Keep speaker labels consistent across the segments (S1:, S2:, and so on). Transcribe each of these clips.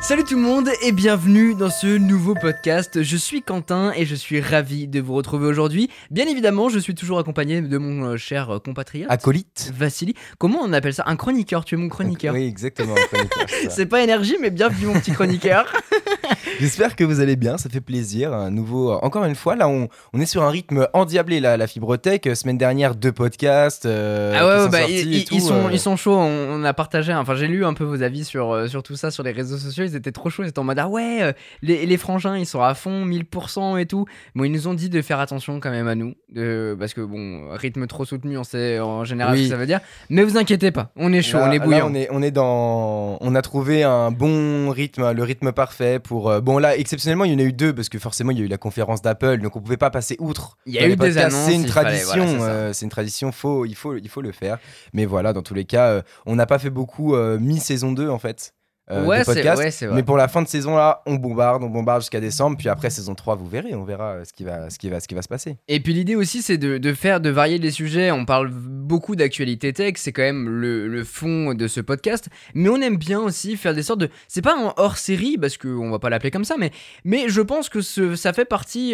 S1: Salut tout le monde et bienvenue dans ce nouveau podcast. Je suis Quentin et je suis ravi de vous retrouver aujourd'hui. Bien évidemment, je suis toujours accompagné de mon cher compatriote
S2: acolyte
S1: Vassili. Comment on appelle ça? Un chroniqueur, tu es mon chroniqueur.
S2: Oui, exactement, un chroniqueur.
S1: C'est pas énergie, mais bienvenue mon petit chroniqueur.
S2: J'espère que vous allez bien, ça fait plaisir. Un nouveau, encore une fois, là on est sur un rythme endiablé, la Fibrotech. Semaine dernière, 2 podcasts.
S1: Ils sont chauds. On a partagé, enfin j'ai lu un peu vos avis sur tout ça sur les réseaux sociaux. Ils étaient trop chauds, ils étaient en mode les frangins ils sont à fond, 1000% et tout. Bon, ils nous ont dit de faire attention quand même à nous, parce que bon, rythme trop soutenu, on sait en général ce que ça veut dire. Mais vous inquiétez pas, on est chaud, on est bouillant.
S2: Là, on a trouvé un bon rythme, le rythme parfait pour. Bon là, exceptionnellement, il y en a eu 2 parce que forcément il y a eu la conférence d'Apple, donc on pouvait pas passer outre.
S1: Il y a eu des annonces.
S2: C'est une tradition, c'est une tradition. Il faut le faire. Mais voilà, dans tous les cas, on n'a pas fait beaucoup mi-saison 2 en fait. De podcast,
S1: c'est vrai.
S2: Mais pour la fin de saison là, on bombarde jusqu'à décembre, puis après saison 3 vous verrez, on verra ce qui va se passer.
S1: Et puis l'idée aussi c'est de varier les sujets. On parle beaucoup d'actualité tech, c'est quand même le fond de ce podcast, mais on aime bien aussi faire des sortes de, c'est pas un hors-série parce qu'on va pas l'appeler comme ça, mais je pense que ça fait partie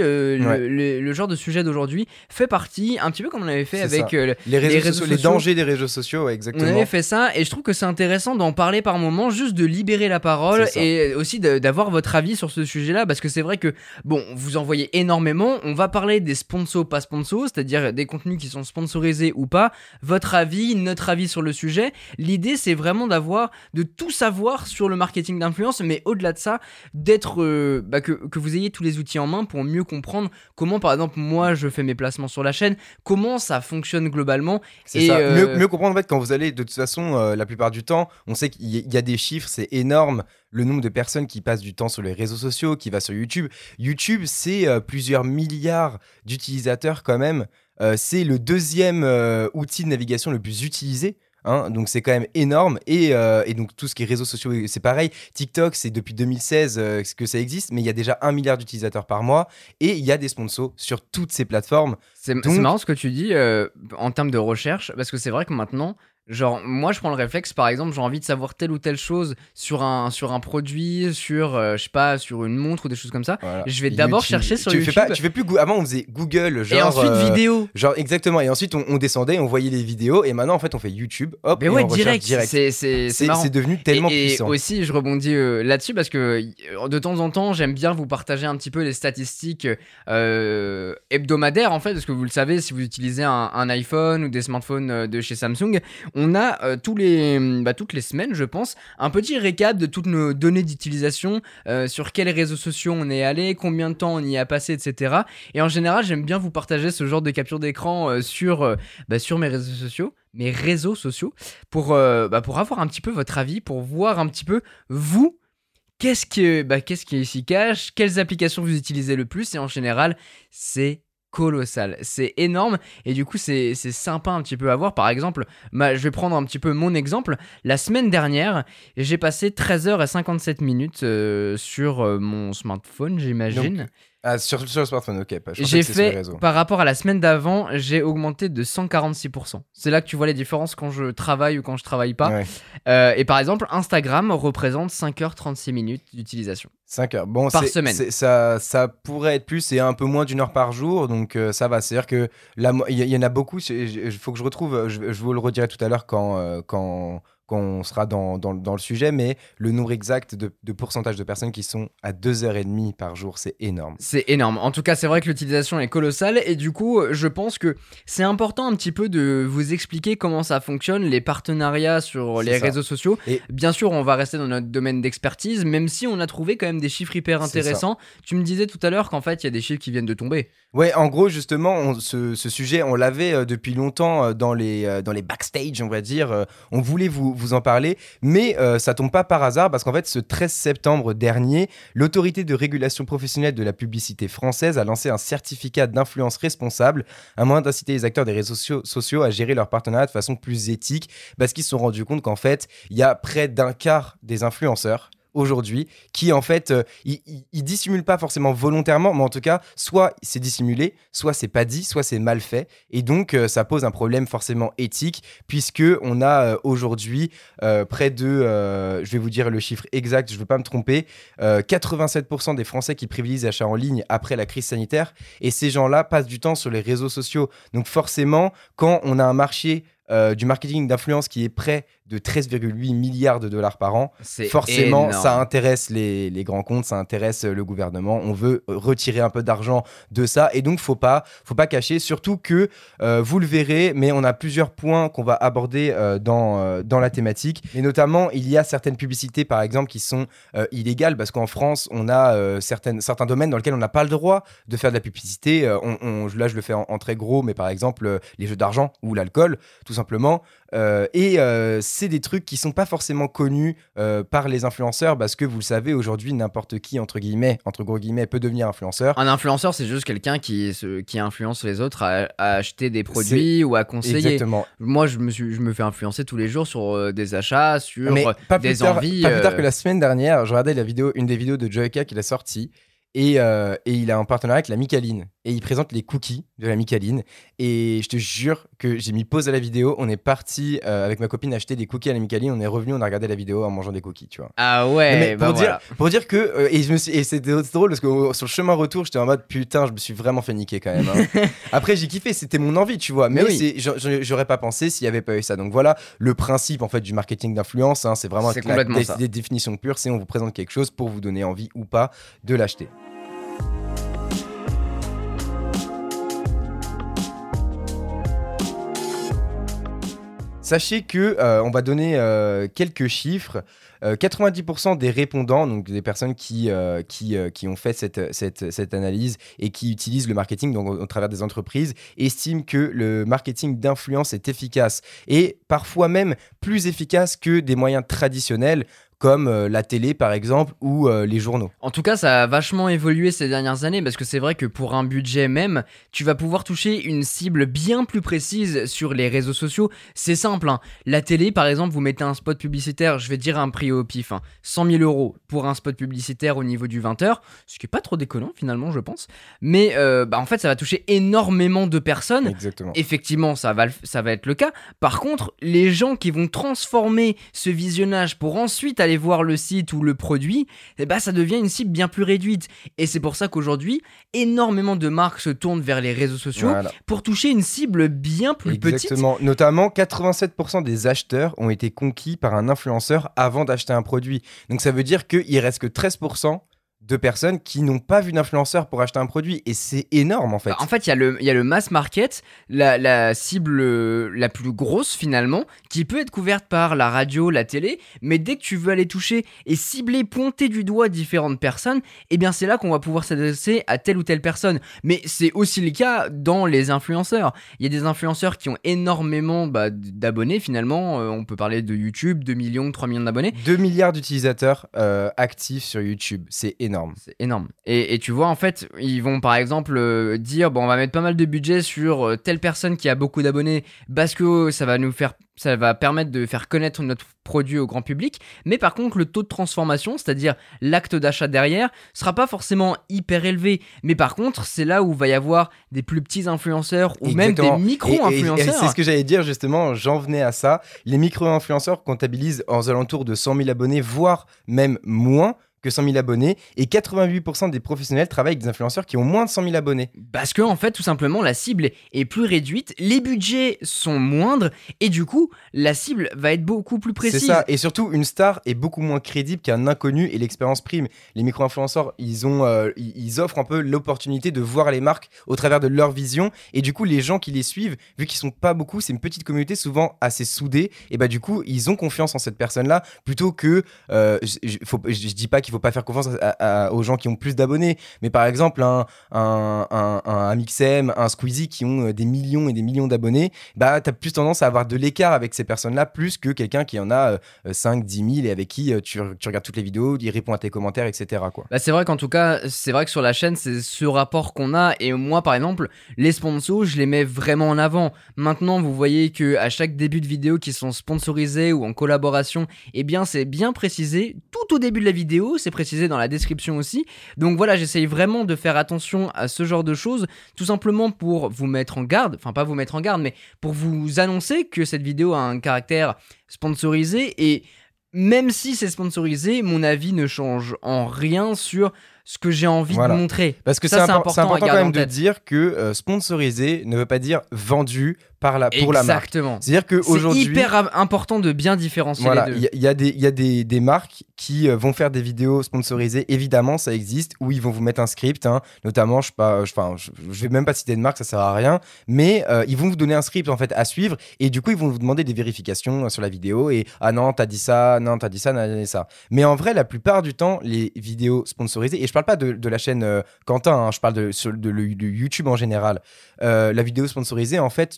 S1: le genre de sujet d'aujourd'hui fait partie un petit peu comme on avait fait avec
S2: les réseaux sociaux, les dangers des réseaux sociaux, exactement.
S1: On avait fait ça et je trouve que c'est intéressant d'en parler par moment, juste de libérer la parole et aussi d'avoir votre avis sur ce sujet-là, parce que c'est vrai que bon, vous en voyez énormément. On va parler des sponsors, pas sponsors, c'est-à-dire des contenus qui sont sponsorisés ou pas. Votre avis, notre avis sur le sujet. L'idée, c'est vraiment de tout savoir sur le marketing d'influence, mais au-delà de ça, d'être que vous ayez tous les outils en main pour mieux comprendre comment, par exemple, moi, je fais mes placements sur la chaîne, comment ça fonctionne globalement.
S2: C'est ça. Mieux comprendre en fait quand vous allez, de toute façon, la plupart du temps, on sait qu'il y a des chiffres, c'est énorme. Le nombre de personnes qui passent du temps sur les réseaux sociaux, qui va sur YouTube. YouTube, c'est plusieurs milliards d'utilisateurs quand même. C'est le 2e outil de navigation le plus utilisé. Donc c'est quand même énorme et donc tout ce qui est réseaux sociaux c'est pareil. TikTok, c'est depuis 2016 que ça existe, mais il y a déjà 1 milliard d'utilisateurs par mois et il y a des sponsors sur toutes ces plateformes.
S1: C'est marrant ce que tu dis en termes de recherche, parce que c'est vrai que maintenant, genre moi je prends le réflexe, par exemple, j'ai envie de savoir telle ou telle chose sur un produit, sur je sais pas, sur une montre ou des choses comme ça. Voilà. Je vais d'abord chercher sur YouTube.
S2: Tu fais plus avant on faisait Google, genre,
S1: et ensuite vidéo.
S2: Genre exactement, et ensuite on descendait, on voyait les vidéos, et maintenant en fait on fait YouTube, hop,
S1: mais
S2: et on
S1: direct.
S2: C'est marrant. C'est devenu tellement puissant.
S1: Et aussi je rebondis là-dessus parce que de temps en temps j'aime bien vous partager un petit peu les statistiques hebdomadaires en fait, parce que vous le savez, si vous utilisez un iPhone ou des smartphones de chez Samsung, on a toutes les semaines, je pense, un petit récap de toutes nos données d'utilisation, sur quels réseaux sociaux on est allé, combien de temps on y a passé, etc. Et en général, j'aime bien vous partager ce genre de capture d'écran sur mes réseaux sociaux, pour avoir un petit peu votre avis, pour voir un petit peu, vous, qu'est-ce qui s'y cache, quelles applications vous utilisez le plus, et en général, c'est colossal, c'est énorme, et du coup c'est sympa un petit peu à voir. Par exemple, je vais prendre un petit peu mon exemple. La semaine dernière, j'ai passé 13h57 sur mon smartphone, j'imagine.
S2: Sur le smartphone, ok.
S1: J'ai fait, par rapport à la semaine d'avant, j'ai augmenté de 146%. C'est là que tu vois les différences quand je travaille ou quand je travaille pas. Ouais. Et par exemple, Instagram représente 5h36 d'utilisation.
S2: 5 heures. Bon,
S1: par semaine.
S2: Ça pourrait être plus, c'est un peu moins d'1 heure par jour, donc ça va. C'est-à-dire que là, il y en a beaucoup. Il faut que je retrouve, je vous le redirai tout à l'heure quand on sera dans le sujet, mais le nombre exact de pourcentage de personnes qui sont à 2h30 par jour, c'est énorme.
S1: C'est énorme. En tout cas, c'est vrai que l'utilisation est colossale, et du coup, je pense que c'est important un petit peu de vous expliquer comment ça fonctionne, les partenariats sur les réseaux sociaux. Et bien sûr, on va rester dans notre domaine d'expertise, même si on a trouvé quand même des chiffres hyper intéressants. Tu me disais tout à l'heure qu'en fait, il y a des chiffres qui viennent de tomber.
S2: Ouais, en gros, justement, ce sujet, on l'avait depuis longtemps dans les backstage, on va dire. On voulait vous en parler, mais ça tombe pas par hasard, parce qu'en fait, ce 13 septembre dernier, l'autorité de régulation professionnelle de la publicité française a lancé un certificat d'influence responsable, un moyen d'inciter les acteurs des réseaux sociaux à gérer leurs partenariats de façon plus éthique, parce qu'ils se sont rendus compte qu'en fait, il y a près d'un quart des influenceurs aujourd'hui qui en fait ils dissimulent pas forcément volontairement, mais en tout cas soit c'est dissimulé, soit c'est pas dit, soit c'est mal fait, et donc ça pose un problème forcément éthique, puisque on a aujourd'hui près de je vais vous dire le chiffre exact, je veux pas me tromper, 87% des Français qui privilégient l'achat en ligne après la crise sanitaire, et ces gens-là passent du temps sur les réseaux sociaux. Donc forcément, quand on a un marché du marketing d'influence qui est près de 13,8 milliards de dollars par an,
S1: C'est
S2: forcément,
S1: énorme.
S2: ça intéresse les grands comptes, ça intéresse le gouvernement. On veut retirer un peu d'argent de ça, et donc faut pas cacher. Surtout que vous le verrez, mais on a plusieurs points qu'on va aborder dans la thématique. Et notamment, il y a certaines publicités, par exemple, qui sont illégales, parce qu'en France, on a certains domaines dans lesquels on n'a pas le droit de faire de la publicité. Là, je le fais en très gros, mais par exemple, les jeux d'argent ou l'alcool, tout simplement. C'est des trucs qui sont pas forcément connus par les influenceurs, parce que vous le savez, aujourd'hui n'importe qui entre gros guillemets peut devenir influenceur.
S1: Un influenceur, c'est juste quelqu'un qui influence les autres à acheter des produits ou à conseiller.
S2: Exactement.
S1: Moi, je me fais influencer tous les jours sur des achats, sur
S2: Mais
S1: des envies.
S2: Pas plus tard que la semaine dernière, je regardais une des vidéos de Joyka qu'il a sorti. Et il a un partenariat avec la Micaline. Et il présente les cookies de la Micaline. Et je te jure que j'ai mis pause à la vidéo. On est parti avec ma copine acheter des cookies à la Micaline. On est revenu, on a regardé la vidéo en mangeant des cookies, tu vois.
S1: Ah ouais,
S2: Mais
S1: bah voilà.
S2: pour dire que. Et c'était drôle parce que sur le chemin retour, j'étais en mode putain, je me suis vraiment fait niquer quand même. Hein. Après, j'ai kiffé, c'était mon envie, tu vois. Mais
S1: oui.
S2: j'aurais pas pensé s'il y avait pas eu ça. Donc voilà, le principe en fait du marketing d'influence, hein, c'est vraiment
S1: complètement ça.
S2: des définitions pures. C'est on vous présente quelque chose pour vous donner envie ou pas de l'acheter. Sachez que on va donner quelques chiffres. 90% des répondants, donc des personnes qui ont fait cette analyse et qui utilisent le marketing donc, au travers des entreprises, estiment que le marketing d'influence est efficace, et parfois même plus efficace que des moyens traditionnels comme la télé par exemple ou les journaux.
S1: En tout cas, ça a vachement évolué ces dernières années, parce que c'est vrai que pour un budget même, tu vas pouvoir toucher une cible bien plus précise sur les réseaux sociaux. C'est simple, hein. La télé par exemple, vous mettez un spot publicitaire, je vais dire un prix au pif, hein, 100 000 € pour un spot publicitaire au niveau du 20h, ce qui est pas trop déconnant finalement je pense, mais en fait ça va toucher énormément de personnes.
S2: Exactement.
S1: Effectivement, ça va être le cas. Par contre, les gens qui vont transformer ce visionnage pour ensuite aller voir le site ou le produit, ça devient une cible bien plus réduite. Et c'est pour ça qu'aujourd'hui, énormément de marques se tournent vers les réseaux sociaux pour toucher une cible bien plus petite.
S2: Exactement. Notamment, 87% des acheteurs ont été conquis par un influenceur avant d'acheter un produit. Donc ça veut dire qu'il reste que 13% de personnes qui n'ont pas vu d'influenceur pour acheter un produit, et c'est énorme en fait.
S1: En fait, il y a le mass market, la cible la plus grosse finalement, qui peut être couverte par la radio, la télé, mais dès que tu veux aller toucher et cibler, pointer du doigt différentes personnes, c'est là qu'on va pouvoir s'adresser à telle ou telle personne. Mais c'est aussi le cas dans les influenceurs. Il y a des influenceurs qui ont énormément d'abonnés finalement, on peut parler de YouTube, 2 millions, 3 millions d'abonnés.
S2: 2 milliards d'utilisateurs actifs sur YouTube, c'est énorme.
S1: C'est énorme. Et tu vois, en fait, ils vont par exemple dire on va mettre pas mal de budget sur telle personne qui a beaucoup d'abonnés parce que ça va permettre de faire connaître notre produit au grand public. Mais par contre, le taux de transformation, c'est-à-dire l'acte d'achat derrière, sera pas forcément hyper élevé. Mais par contre, c'est là où va y avoir des plus petits influenceurs ou
S2: Exactement.
S1: même des micro-influenceurs.
S2: Et c'est ce que j'allais dire justement, j'en venais à ça. Les micro-influenceurs comptabilisent aux alentours de 100 000 abonnés, voire même moins que 100 000 abonnés, et 88% des professionnels travaillent avec des influenceurs qui ont moins de 100 000 abonnés.
S1: Parce que en fait, tout simplement, la cible est plus réduite, les budgets sont moindres, et du coup, la cible va être beaucoup plus précise.
S2: C'est ça, et surtout, une star est beaucoup moins crédible qu'un inconnu, et l'expérience prime. Les micro-influenceurs, ils offrent un peu l'opportunité de voir les marques au travers de leur vision, et du coup, les gens qui les suivent, vu qu'ils sont pas beaucoup, c'est une petite communauté souvent assez soudée, et du coup, ils ont confiance en cette personne-là, plutôt que, je dis pas qu'il qu'il faut pas faire confiance aux gens qui ont plus d'abonnés. Mais par exemple, un Mixem, un Squeezie qui ont des millions et des millions d'abonnés, bah, t'as plus tendance à avoir de l'écart avec ces personnes-là, plus que quelqu'un qui en a 5, 10 000 et avec qui tu regardes toutes les vidéos, il répond à tes commentaires, etc. quoi.
S1: Bah c'est vrai qu'en tout cas, c'est vrai que sur la chaîne, c'est ce rapport qu'on a. Et moi, par exemple, les sponsors, je les mets vraiment en avant. Maintenant, vous voyez que à chaque début de vidéo qui sont sponsorisés ou en collaboration, eh bien, c'est bien précisé tout au début de la vidéo. C'est précisé dans la description aussi. Donc voilà, j'essaye vraiment de faire attention à ce genre de choses, tout simplement pour vous mettre en garde. Enfin, pas vous mettre en garde, mais pour vous annoncer que cette vidéo a un caractère sponsorisé. Et même si c'est sponsorisé, mon avis ne change en rien sur ce que j'ai envie de montrer.
S2: Parce que
S1: ça,
S2: c'est important quand même de
S1: de
S2: dire que sponsorisé ne veut pas dire vendu pour la marque.
S1: Exactement.
S2: C'est-à-dire qu'aujourd'hui,
S1: c'est hyper important de bien différencier les deux.
S2: Il y a des marques qui vont faire des vidéos sponsorisées. Évidemment, ça existe, où ils vont vous mettre un script. Notamment, je vais même pas citer de marque, ça sert à rien. Mais ils vont vous donner un script en fait à suivre. Et du coup, ils vont vous demander des vérifications sur la vidéo. Et ah non, t'as dit ça, non, t'as dit ça, t'as dit ça. Mais en vrai, la plupart du temps, les vidéos sponsorisées, et je parle pas de la chaîne Quentin, je parle de YouTube en général. La vidéo sponsorisée, en fait,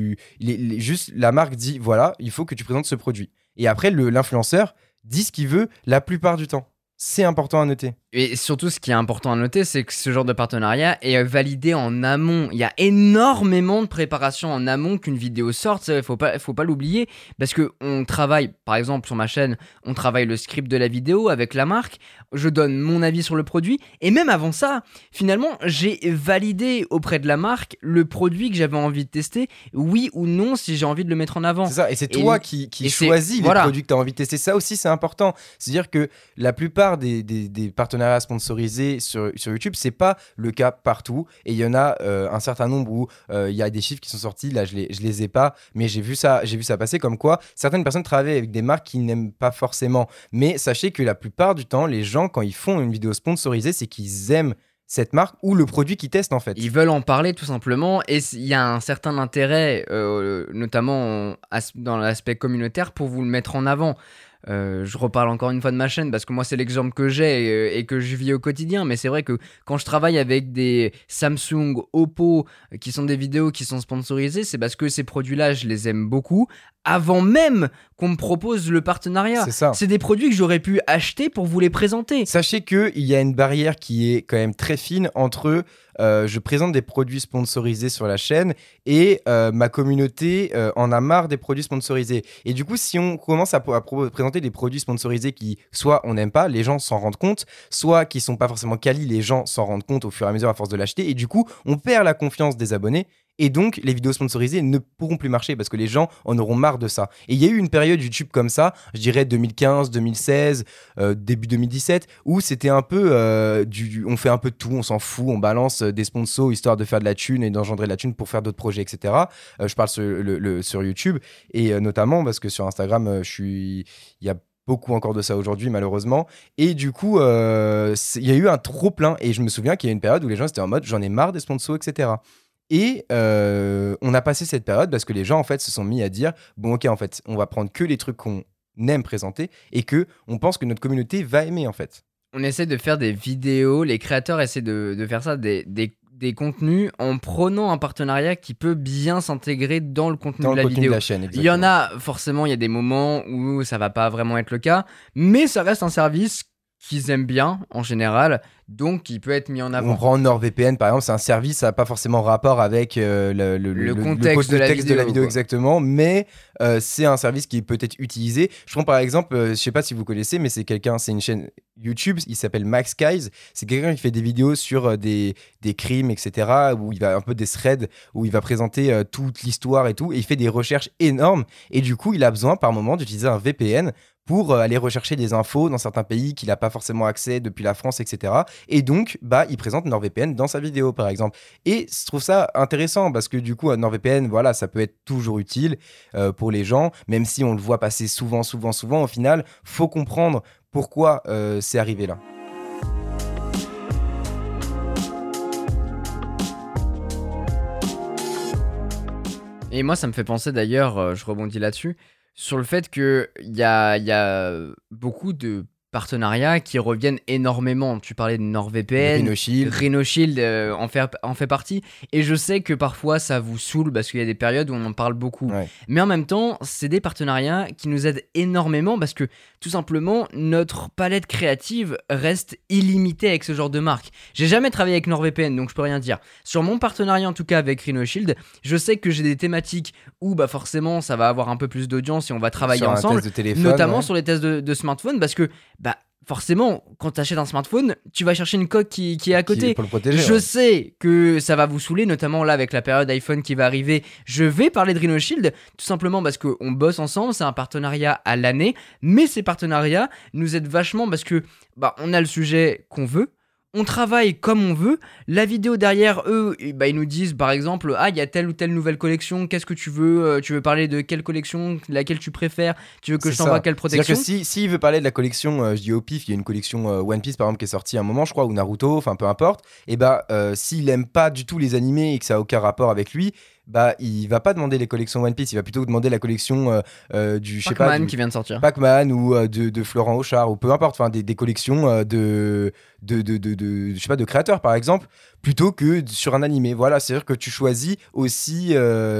S2: juste la marque dit voilà, il faut que tu présentes ce produit. Et après, l'influenceur dit ce qu'il veut la plupart du temps. C'est important à noter.
S1: Et surtout, ce qui est important à noter, c'est que ce genre de partenariat est validé en amont. Il y a énormément de préparation en amont qu'une vidéo sorte. Il faut pas l'oublier. Parce qu'on travaille, par exemple, sur ma chaîne, on travaille le script de la vidéo avec la marque. Je donne mon avis sur le produit. Et même avant ça, finalement, j'ai validé auprès de la marque le produit que j'avais envie de tester. Oui ou non, si j'ai envie de le mettre en avant.
S2: C'est ça. Et c'est toi qui choisis les produits que tu as envie de tester. Ça aussi, c'est important. C'est-à-dire que la plupart des partenariats sponsorisés sur YouTube, c'est pas le cas partout, et il y en a un certain nombre où il y a des chiffres qui sont sortis, là je les ai pas, mais j'ai vu ça passer, comme quoi certaines personnes travaillent avec des marques qu'ils n'aiment pas forcément. Mais sachez que la plupart du temps, les gens, quand ils font une vidéo sponsorisée, c'est qu'ils aiment cette marque ou le produit qu'ils testent en fait.
S1: Ils veulent en parler tout simplement, et il y a un certain intérêt, notamment dans l'aspect communautaire, pour vous le mettre en avant. Je reparle encore une fois de ma chaîne parce que moi c'est l'exemple que j'ai et que je vis au quotidien, mais c'est vrai que quand je travaille avec des Samsung, Oppo qui sont des vidéos qui sont sponsorisées, c'est parce que ces produits-là je les aime beaucoup avant même qu'on me propose le partenariat.
S2: C'est ça.
S1: C'est des produits que j'aurais pu acheter pour vous les présenter.
S2: Sachez qu'il y a une barrière qui est quand même très fine entre je présente des produits sponsorisés sur la chaîne et ma communauté en a marre des produits sponsorisés. Et du coup, si on commence à présenter des produits sponsorisés qui, soit on n'aime pas, les gens s'en rendent compte, soit qui sont pas forcément quali, les gens s'en rendent compte au fur et à mesure à force de l'acheter, et du coup, on perd la confiance des abonnés. Et donc, les vidéos sponsorisées ne pourront plus marcher parce que les gens en auront marre de ça. Et il y a eu une période YouTube comme ça, je dirais 2015, 2016, début 2017, où c'était un peu on fait un peu de tout, on s'en fout, on balance des sponsors histoire de faire de la thune et d'engendrer de la thune pour faire d'autres projets, etc. Je parle sur YouTube, et notamment parce que sur Instagram, il y a beaucoup encore de ça aujourd'hui, malheureusement. Et du coup, il y a eu un trop plein. Et je me souviens qu'il y a une période où les gens étaient en mode j'en ai marre des sponsors, etc. Et on a passé cette période parce que les gens en fait se sont mis à dire bon ok, en fait on va prendre que les trucs qu'on aime présenter et que on pense que notre communauté va aimer en fait.
S1: On essaie de faire des vidéos, les créateurs essaient de faire ça, des contenus en prenant un partenariat qui peut bien s'intégrer dans le contenu de la vidéo.
S2: De la chaîne,
S1: il y en a forcément, il y a des moments où ça va pas vraiment être le cas, mais ça reste un service qu'ils aiment bien en général, donc il peut être mis en avant.
S2: On prend NordVPN par exemple, c'est un service, ça n'a pas forcément rapport avec le
S1: contexte de la vidéo
S2: exactement, mais c'est un service qui peut être utilisé. Je prends par exemple, je sais pas si vous connaissez, mais c'est une chaîne YouTube, il s'appelle Max Guys. C'est quelqu'un qui fait des vidéos sur des crimes, etc., où il va un peu des threads, où il va présenter toute l'histoire et tout, et il fait des recherches énormes, et du coup il a besoin par moment d'utiliser un VPN pour aller rechercher des infos dans certains pays qu'il n'a pas forcément accès depuis la France, etc. Et donc, il présente NordVPN dans sa vidéo, par exemple. Et je trouve ça intéressant parce que du coup, NordVPN, voilà, ça peut être toujours utile pour les gens, même si on le voit passer souvent. Au final, faut comprendre pourquoi c'est arrivé là.
S1: Et moi, ça me fait penser d'ailleurs, je rebondis là-dessus, sur le fait qu'il y a beaucoup de partenariats qui reviennent énormément. Tu parlais de NordVPN, Rhino Shield en fait partie. Et je sais que parfois ça vous saoule parce qu'il y a des périodes où on en parle beaucoup.
S2: Ouais.
S1: Mais en même temps, c'est des partenariats qui nous aident énormément parce que tout simplement, notre palette créative reste illimitée avec ce genre de marque. J'ai jamais travaillé avec NordVPN, donc je peux rien dire. Sur mon partenariat, en tout cas avec Rhino Shield, je sais que j'ai des thématiques où bah forcément ça va avoir un peu plus d'audience et on va travailler
S2: sur
S1: ensemble,
S2: un test de téléphone,
S1: notamment sur les tests de smartphone, parce que bah forcément, quand tu achètes un smartphone, tu vas chercher une coque qui est à côté.
S2: Pour le protéger,
S1: Je sais que ça va vous saouler, notamment là avec la période iPhone qui va arriver. Je vais parler de Rhino Shield, tout simplement parce qu'on bosse ensemble, c'est un partenariat à l'année, mais ces partenariats nous aident vachement parce que bah, on a le sujet qu'on veut. On travaille comme on veut. La vidéo derrière, eux, bah, ils nous disent par exemple, il y a telle ou telle nouvelle collection, qu'est-ce que tu veux? Tu veux parler de quelle collection? Laquelle tu préfères? Tu veux que je t'envoie quelle protection?
S2: C'est-à-dire que s'il veut parler de la collection, je dis au pif, il y a une collection One Piece par exemple qui est sortie à un moment, je crois, ou Naruto, enfin peu importe, et bah s'il aime pas du tout les animés et que ça a aucun rapport avec lui, bah il va pas demander les collections One Piece, il va plutôt demander la collection du, je sais pas,
S1: Pac-Man qui vient de sortir.
S2: Pac-Man ou de Florent Auchard ou peu importe, enfin des collections de je sais pas, de créateurs par exemple, plutôt que sur un animé. Voilà, c'est-à-dire que tu choisis aussi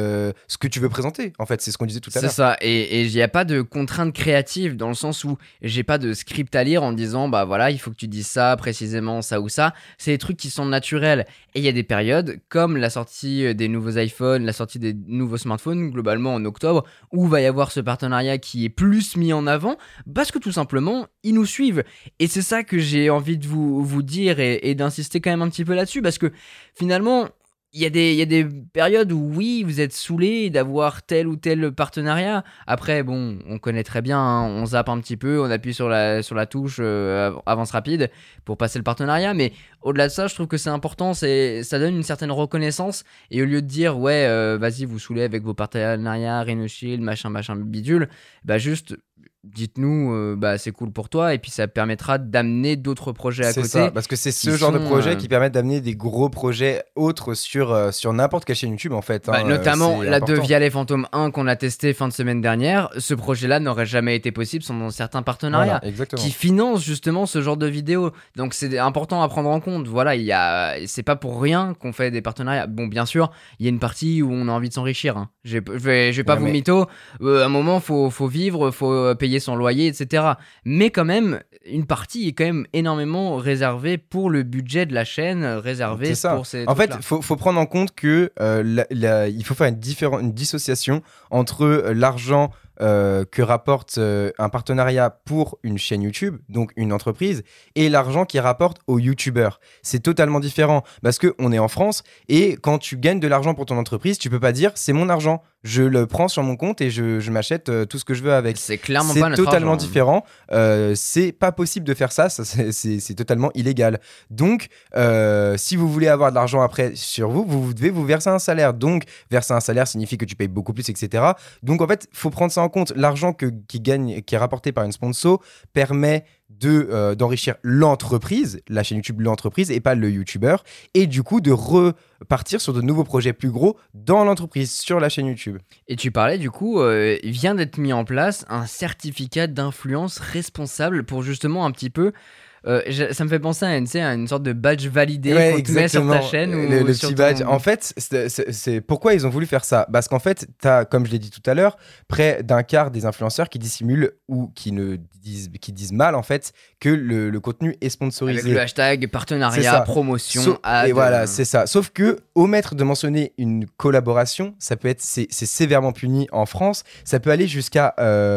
S2: ce que tu veux présenter. En fait, c'est ce qu'on disait tout à l'heure.
S1: C'est ça, et il n'y a pas de contrainte créative dans le sens où j'ai pas de script à lire en me disant bah voilà, il faut que tu dises ça précisément, ça ou ça. C'est des trucs qui sont naturels. Et il y a des périodes comme la sortie des nouveaux iPhones, la sortie des nouveaux smartphones, globalement en octobre, où va y avoir ce partenariat qui est plus mis en avant parce que tout simplement, ils nous suivent. Et c'est ça que j'ai envie de vous dire et d'insister quand même un petit peu là-dessus parce que finalement, il y a des périodes où oui, vous êtes saoulé d'avoir tel ou tel partenariat. Après, bon, on connaît très bien, hein, on zappe un petit peu, on appuie sur la touche avance rapide pour passer le partenariat. Mais au-delà de ça, je trouve que c'est important, ça donne une certaine reconnaissance. Et au lieu de dire, ouais, vas-y, vous saoulez avec vos partenariats, Rhino Shield, machin, bidule, bah juste dites-nous, bah c'est cool pour toi, et puis ça permettra d'amener d'autres projets à côté.
S2: C'est ça, parce que c'est ce genre de projet qui permettent d'amener des gros projets autres sur n'importe quelle chaîne YouTube en fait.
S1: Bah, notamment la de Via les Fantômes 1 qu'on a testé fin de semaine dernière. Ce projet-là n'aurait jamais été possible sans certains partenariats qui financent justement ce genre de vidéos. Donc c'est important à prendre en compte. Voilà, c'est pas pour rien qu'on fait des partenariats. Bon, bien sûr, il y a une partie où on a envie de s'enrichir. Hein. Je vais pas vous mytho. À un moment, faut vivre, faut payer son loyer, etc. Mais quand même, une partie est quand même énormément réservée pour le budget de la chaîne, réservée pour ces
S2: En
S1: trucs-là.
S2: fait, faut prendre en compte que il faut faire une dissociation entre l'argent que rapporte un partenariat pour une chaîne YouTube, donc une entreprise, et l'argent qui rapporte aux YouTubeurs. C'est totalement différent parce qu'on est en France et quand tu gagnes de l'argent pour ton entreprise, tu peux pas dire c'est mon argent, je le prends sur mon compte et je m'achète tout ce que je veux avec.
S1: C'est clairement pas notre
S2: totalement
S1: argent.
S2: différent. C'est pas possible de faire ça, c'est totalement illégal. Donc, si vous voulez avoir de l'argent après sur vous devez vous verser un salaire. Donc, verser un salaire signifie que tu payes beaucoup plus, etc. Donc, en fait, faut prendre ça en compte. L'argent qui est rapporté par une sponsor permet d'enrichir l'entreprise, la chaîne YouTube, l'entreprise, et pas le YouTuber, et du coup de repartir sur de nouveaux projets plus gros dans l'entreprise, sur la chaîne YouTube.
S1: Et tu parlais du coup, il vient d'être mis en place un certificat d'influence responsable pour justement un petit peu... ça me fait penser à une sorte de badge validé qu'on te met sur ta chaîne ou
S2: le
S1: sur
S2: petit
S1: ton...
S2: badge. En fait, c'est pourquoi ils ont voulu faire ça. Parce qu'en fait, t'as, comme je l'ai dit tout à l'heure, près d'un quart des influenceurs qui dissimulent ou qui disent mal en fait que le contenu est sponsorisé.
S1: Avec le hashtag partenariat, promotion, ad.
S2: Et voilà, c'est ça. Sauf que omettre de mentionner une collaboration, c'est sévèrement puni en France. Ça peut aller jusqu'à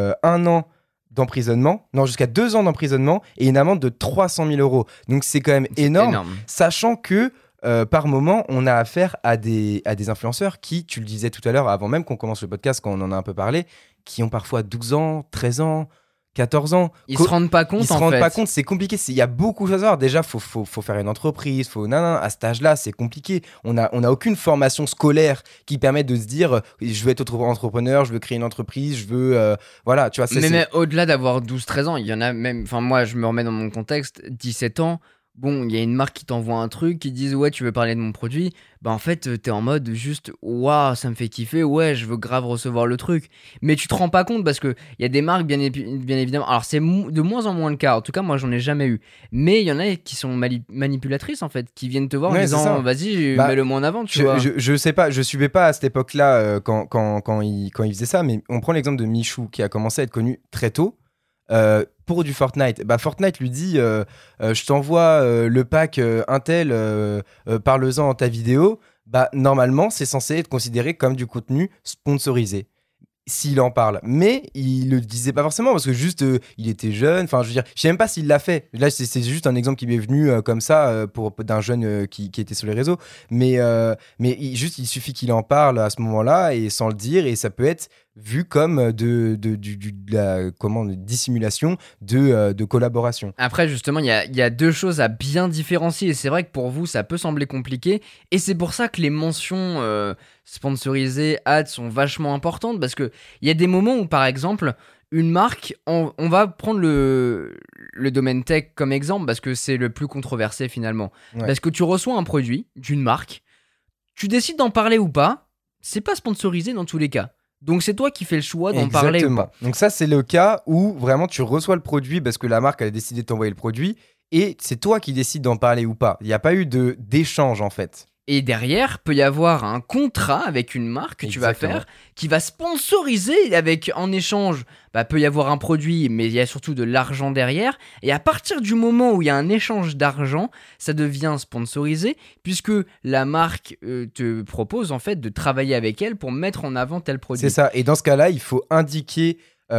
S2: 1 an d'emprisonnement, non, jusqu'à 2 ans d'emprisonnement et une amende de 300 000 €. Donc c'est quand même énorme, sachant que par moment, on a affaire à des influenceurs qui, tu le disais tout à l'heure, avant même qu'on commence le podcast, quand on en a un peu parlé, qui ont parfois 12 ans, 13 ans, 14 ans.
S1: Ils se rendent pas compte,
S2: Ils se rendent pas compte, c'est compliqué. Il y a beaucoup de choses à voir. Déjà, faut faire une entreprise. À cet âge-là, c'est compliqué. On a aucune formation scolaire qui permet de se dire je veux être entrepreneur, je veux créer une entreprise, je veux. Voilà, tu vois.
S1: Mais au-delà d'avoir 12-13 ans, il y en a même. Enfin, moi, je me remets dans mon contexte, 17 ans. bon, il y a une marque qui t'envoie un truc, qui disent ouais, tu veux parler de mon produit, bah en fait, t'es en mode juste waouh, ça me fait kiffer, ouais, je veux grave recevoir le truc. Mais tu te rends pas compte parce que il y a des marques, bien évidemment, alors c'est de moins en moins le cas, en tout cas, moi j'en ai jamais eu. Mais il y en a qui sont manipulatrices en fait, qui viennent te voir en
S2: Ouais, c'est ça.
S1: disant vas-y,
S2: Bah,
S1: mets-le moi en avant, tu vois.
S2: je sais pas, je suivais pas à cette époque-là quand il faisait ça, mais on prend l'exemple de Michou qui a commencé à être connu très tôt. Pour du Fortnite, bah Fortnite lui dit je t'envoie le pack Intel, parle-en dans ta vidéo. Bah normalement c'est censé être considéré comme du contenu sponsorisé s'il en parle, mais il le disait pas forcément parce que juste il était jeune, enfin je veux dire, je sais même pas s'il l'a fait. Là c'est juste un exemple qui m'est venu comme ça d'un jeune qui était sur les réseaux, mais il suffit qu'il en parle à ce moment-là et sans le dire, et ça peut être vu comme de la comment, de dissimulation de collaboration.
S1: Après, justement, il y a deux choses à bien différencier. Et c'est vrai que pour vous, ça peut sembler compliqué. Et c'est pour ça que les mentions sponsorisées, ads, sont vachement importantes. Parce qu'il y a des moments où, par exemple, une marque, on va prendre le domaine tech comme exemple, parce que c'est le plus controversé finalement.
S2: Ouais.
S1: Parce que tu reçois un produit d'une marque, tu décides d'en parler ou pas, c'est pas sponsorisé dans tous les cas. Donc c'est toi qui fais le choix d'en parler ou
S2: Exactement.
S1: pas.
S2: Donc ça, c'est le cas où vraiment tu reçois le produit parce que la marque a décidé de t'envoyer le produit et c'est toi qui décides d'en parler ou pas. Il n'y a pas eu d'échange en fait.
S1: Et derrière, peut y avoir un contrat avec une marque que tu vas
S2: Exactement.
S1: faire qui va sponsoriser avec en échange. Bah, peut y avoir un produit, mais il y a surtout de l'argent derrière. Et à partir du moment où il y a un échange d'argent, ça devient sponsorisé puisque la marque te propose en fait de travailler avec elle pour mettre en avant tel produit.
S2: C'est ça. Et dans ce cas-là, il faut indiquer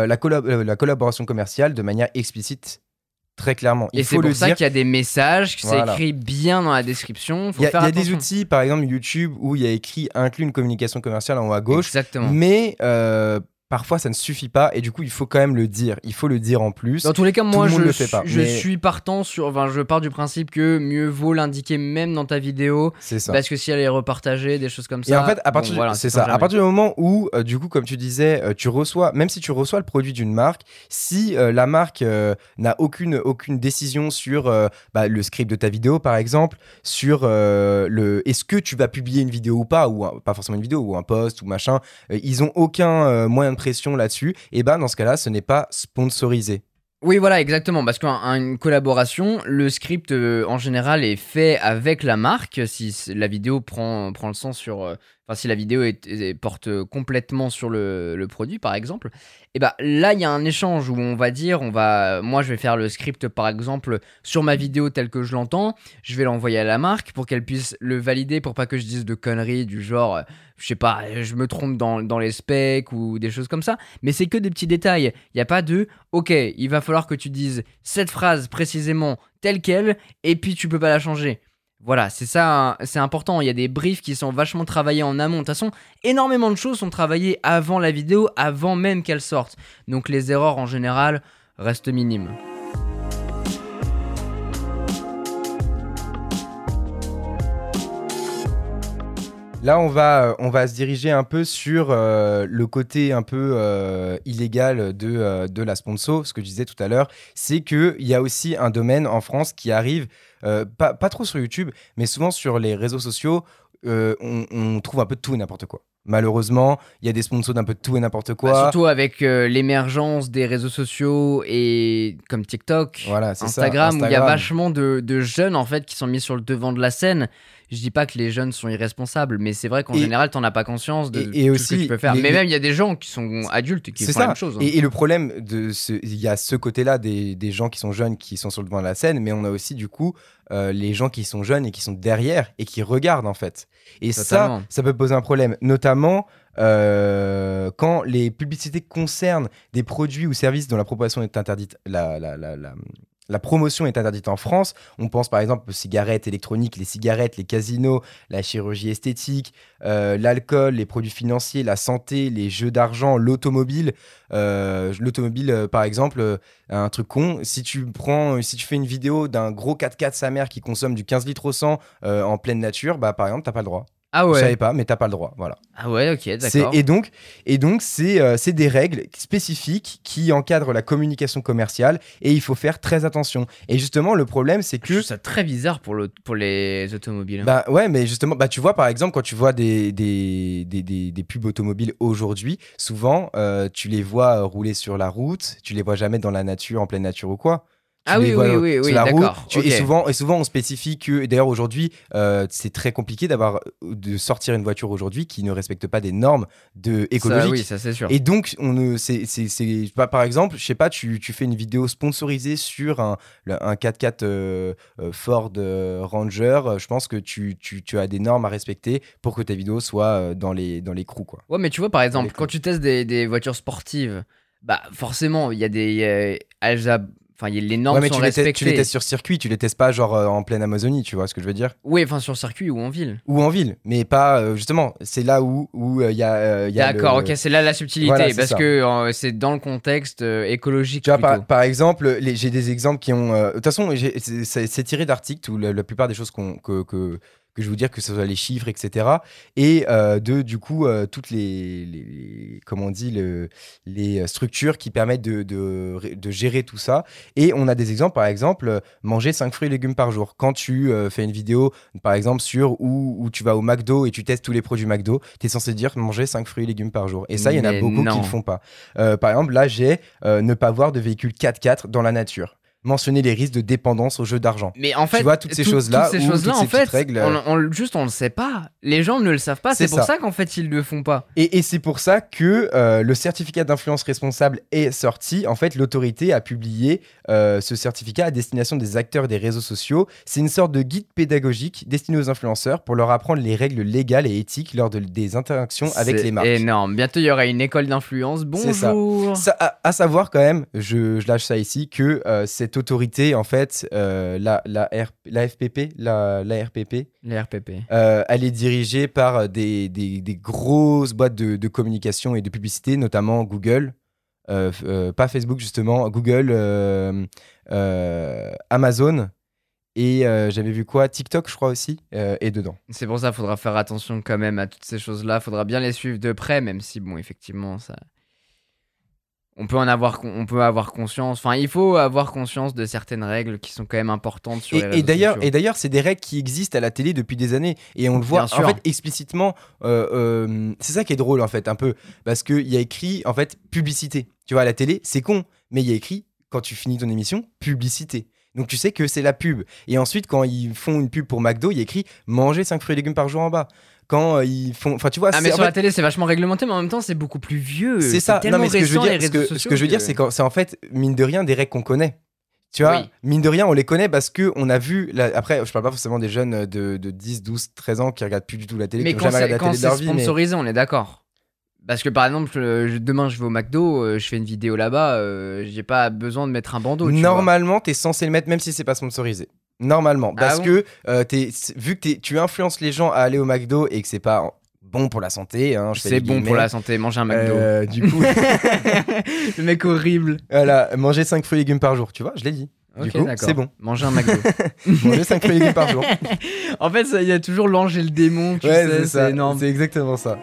S2: la collaboration commerciale de manière explicite, très clairement. Il
S1: Et c'est
S2: faut
S1: pour
S2: le
S1: ça
S2: dire.
S1: qu'il y a des messages, que c'est
S2: Voilà.
S1: écrit bien dans la description. Faut
S2: Il y a,
S1: faire
S2: il y a des
S1: attention.
S2: outils, par exemple YouTube, où il y a écrit inclut une communication commerciale en haut à gauche.
S1: Exactement.
S2: Mais parfois, ça ne suffit pas. Et du coup, il faut quand même le dire. Il faut le dire en plus.
S1: Dans tous les cas, moi,
S2: le monde
S1: je,
S2: le fait pas,
S1: je
S2: mais-
S1: suis partant sur. Enfin, je pars du principe que mieux vaut l'indiquer même dans ta vidéo.
S2: C'est ça.
S1: Parce que si elle est repartagée, des choses comme ça.
S2: Et en fait, à
S1: bon,
S2: partir,
S1: voilà,
S2: c'est
S1: sait-on
S2: ça. À
S1: jamais.
S2: partir du moment où, du coup, comme tu disais, même si tu reçois le produit d'une marque, si la marque n'a aucune décision sur le script de ta vidéo, par exemple, sur est-ce que tu vas publier une vidéo ou pas, pas forcément une vidéo, ou un post ou machin, ils ont aucun moyen de pression là-dessus. Et ben, dans ce cas-là, ce n'est pas sponsorisé.
S1: Oui, voilà, exactement. Parce qu'une collaboration, le script en général est fait avec la marque. Si la vidéo prend le sens sur. Enfin, si la vidéo porte complètement sur le produit, par exemple, et bah là, il y a un échange où on va dire moi, je vais faire le script, par exemple, sur ma vidéo telle que je l'entends. Je vais l'envoyer à la marque pour qu'elle puisse le valider pour pas que je dise de conneries du genre, je sais pas, je me trompe dans les specs ou des choses comme ça. Mais c'est que des petits détails. Il n'y a pas de ok, il va falloir que tu dises cette phrase précisément telle qu'elle, et puis tu peux pas la changer. Voilà, c'est ça, c'est important. Il y a des briefs qui sont vachement travaillés en amont. De toute façon, énormément de choses sont travaillées avant la vidéo, avant même qu'elle sorte. Donc les erreurs en général restent minimes.
S2: Là, on va se diriger un peu sur le côté un peu illégal de la sponsor. Ce que je disais tout à l'heure, c'est qu'il y a aussi un domaine en France qui arrive, pas trop sur YouTube, mais souvent sur les réseaux sociaux. On trouve un peu de tout et n'importe quoi. Malheureusement, il y a des sponsors d'un peu de tout et n'importe quoi.
S1: Surtout avec l'émergence des réseaux sociaux et comme TikTok,
S2: Voilà, c'est ça,
S1: Instagram, où il y a
S2: Instagram.
S1: vachement de jeunes en fait qui sont mis sur le devant de la scène. Je dis pas que les jeunes sont irresponsables, mais c'est vrai qu'en
S2: Et-
S1: général, t'en as pas conscience de
S2: et
S1: tout
S2: aussi,
S1: ce que tu peux faire.
S2: les-
S1: Mais même, il y a des gens qui sont adultes qui
S2: C'est
S1: font la
S2: ça.
S1: même chose. Hein.
S2: Et le problème, il y a ce côté-là des gens qui sont jeunes, qui sont sur le devant de la scène, mais on a aussi du coup les gens qui sont jeunes et qui sont derrière et qui regardent en fait. Et
S1: Totalement.
S2: ça peut poser un problème, notamment quand les publicités concernent des produits ou services dont la promotion est interdite, la promotion est interdite en France. On pense par exemple aux cigarettes électroniques, les cigarettes, les casinos, la chirurgie esthétique, l'alcool, les produits financiers, la santé, les jeux d'argent, l'automobile. L'automobile, par exemple, un truc con, si tu fais une vidéo d'un gros 4x4 sa mère qui consomme du 15 litres au 100 en pleine nature, bah par exemple, t'as pas le droit.
S1: Ah
S2: Je savais
S1: ouais.
S2: pas, mais t'as pas le droit, voilà.
S1: Ah ouais, ok,
S2: C'est,
S1: d'accord.
S2: et donc c'est des règles spécifiques qui encadrent la communication commerciale et il faut faire très attention. Et justement, le problème, c'est
S1: Je trouve
S2: que
S1: ça très bizarre pour les automobiles, hein.
S2: bah ouais, mais justement, bah tu vois par exemple quand tu vois des pubs automobiles aujourd'hui, souvent tu les vois rouler sur la route, tu les vois jamais dans la nature, en pleine nature ou quoi. Tu
S1: Ah
S2: les
S1: oui,
S2: vois
S1: oui, oui,
S2: sur
S1: oui,
S2: la route,
S1: d'accord, ok.
S2: et souvent on spécifie que, et d'ailleurs aujourd'hui, c'est très compliqué de sortir une voiture aujourd'hui qui ne respecte pas des normes
S1: Ça, oui,
S2: écologiques.
S1: ça c'est sûr.
S2: Et donc, bah, par exemple, je sais pas, tu fais une vidéo sponsorisée sur un 4x4 Ford Ranger, je pense que tu as des normes à respecter pour que ta vidéo soit dans les crews, quoi.
S1: Ouais, mais tu vois, par
S2: Dans les
S1: exemple, quand
S2: clous.
S1: tu testes des voitures sportives, bah forcément, il y a enfin, les
S2: Ouais,
S1: normes
S2: mais
S1: sont
S2: tu les testes
S1: respectées.
S2: sur circuit, tu les testes pas genre en pleine Amazonie, tu vois ce que je veux dire?
S1: Oui, enfin, sur circuit ou en ville.
S2: Ou en ville, mais pas justement. C'est là où il y a
S1: D'accord, ok,
S2: le.
S1: c'est là la
S2: Voilà,
S1: subtilité,
S2: c'est
S1: parce
S2: ça.
S1: que c'est dans le contexte écologique
S2: Tu vois,
S1: plutôt.
S2: par exemple, j'ai des exemples qui ont. De toute façon, c'est tiré d'articles où la plupart des choses que je vais vous dire, que ce soit les chiffres, etc. Et du coup, toutes comment on dit, les structures qui permettent de gérer tout ça. Et on a des exemples, par exemple, manger 5 fruits et légumes par jour. Quand tu fais une vidéo, par exemple, sur où tu vas au McDo et tu testes tous les produits McDo, tu es censé dire manger 5 fruits et légumes par jour. Et ça, il y en a
S1: Mais
S2: beaucoup qui le
S1: non.
S2: font pas. Par exemple, là, j'ai ne pas voir de véhicule 4x4 dans la nature. Mentionner les risques de dépendance aux jeux d'argent.
S1: Mais en
S2: Tu
S1: fait,
S2: vois, toutes ces
S1: toutes
S2: choses-là,
S1: ces
S2: ou
S1: choses-là,
S2: toutes
S1: en
S2: ces petites
S1: fait,
S2: règles,
S1: juste on le sait pas. Les gens ne le savent pas,
S2: c'est
S1: c'est pour
S2: ça.
S1: ça qu'en fait ils le font pas.
S2: Et c'est pour ça que le certificat d'influence responsable est sorti. En fait, l'autorité a publié ce certificat à destination des acteurs des réseaux sociaux. C'est une sorte de guide pédagogique destiné aux influenceurs pour leur apprendre les règles légales et éthiques lors des interactions avec
S1: C'est
S2: les marques.
S1: énorme. Bientôt il y aura une école d'influence.
S2: C'est ça.
S1: Bonjour.
S2: À savoir quand même, je lâche ça ici, que cette autorité, en fait, la FPP, la RPP,
S1: Les RPP.
S2: elle est dirigée par des grosses boîtes de communication et de publicité, notamment Google, pas Facebook justement, Google, Amazon, et j'avais vu quoi, TikTok je crois aussi, est dedans.
S1: C'est pour ça qu'il faudra faire attention quand même à toutes ces choses-là. Faudra bien les suivre de près, même si, bon, effectivement, ça. On peut avoir conscience. Enfin, il faut avoir conscience de certaines règles qui sont quand même importantes sur les réseaux sociaux.
S2: Et d'ailleurs, c'est des règles qui existent à la télé depuis des années. Et on le voit
S1: Bien sûr.
S2: en fait explicitement. C'est ça qui est drôle en fait, un peu. Parce qu'il y a écrit en fait publicité. Tu vois, à la télé, c'est con. Mais il y a écrit, quand tu finis ton émission, publicité. Donc tu sais que c'est la pub. Et ensuite, quand ils font une pub pour McDo, il y a écrit manger 5 fruits et légumes par jour en bas. Quand ils font. Enfin, tu vois,
S1: Ah, mais
S2: en
S1: sur
S2: fait,
S1: la télé, c'est vachement réglementé, mais en même temps, c'est beaucoup plus vieux.
S2: c'est ça. Non,
S1: Tellement
S2: mais ce que je veux
S1: récent,
S2: dire,
S1: les réseaux sociaux.
S2: ce que je veux dire, c'est en fait, mine de rien, des règles qu'on connaît. Tu vois,
S1: Oui.
S2: mine de rien, on les connaît parce que on a vu. Après, je parle pas forcément des jeunes de 10, 12, 13 ans qui regardent plus du tout la télé,
S1: Mais
S2: qui n'ont jamais regardé la
S1: quand
S2: télé de leur
S1: c'est
S2: vie. Mais
S1: sponsorisé, on est d'accord. Parce que par exemple, demain je vais au McDo, je fais une vidéo là-bas, j'ai pas besoin de mettre un bandeau, tu vois.
S2: normalement, t'es censé le mettre même si c'est pas sponsorisé. Normalement.
S1: Ah
S2: Parce
S1: bon
S2: que vu que tu influences les gens à aller au McDo et que c'est pas bon pour la santé, hein, je fais
S1: C'est
S2: des
S1: bon pour
S2: guillemets,
S1: la santé, manger un McDo.
S2: Du coup,
S1: Le mec horrible.
S2: voilà, manger 5 fruits et légumes par jour, tu vois, je l'ai dit. Du
S1: Ok,
S2: coup,
S1: d'accord.
S2: c'est bon.
S1: Manger un McDo.
S2: Manger 5 fruits et légumes par jour.
S1: En fait, il y a toujours l'ange et le démon, tu
S2: Ouais,
S1: sais,
S2: c'est ça.
S1: c'est énorme.
S2: C'est exactement ça.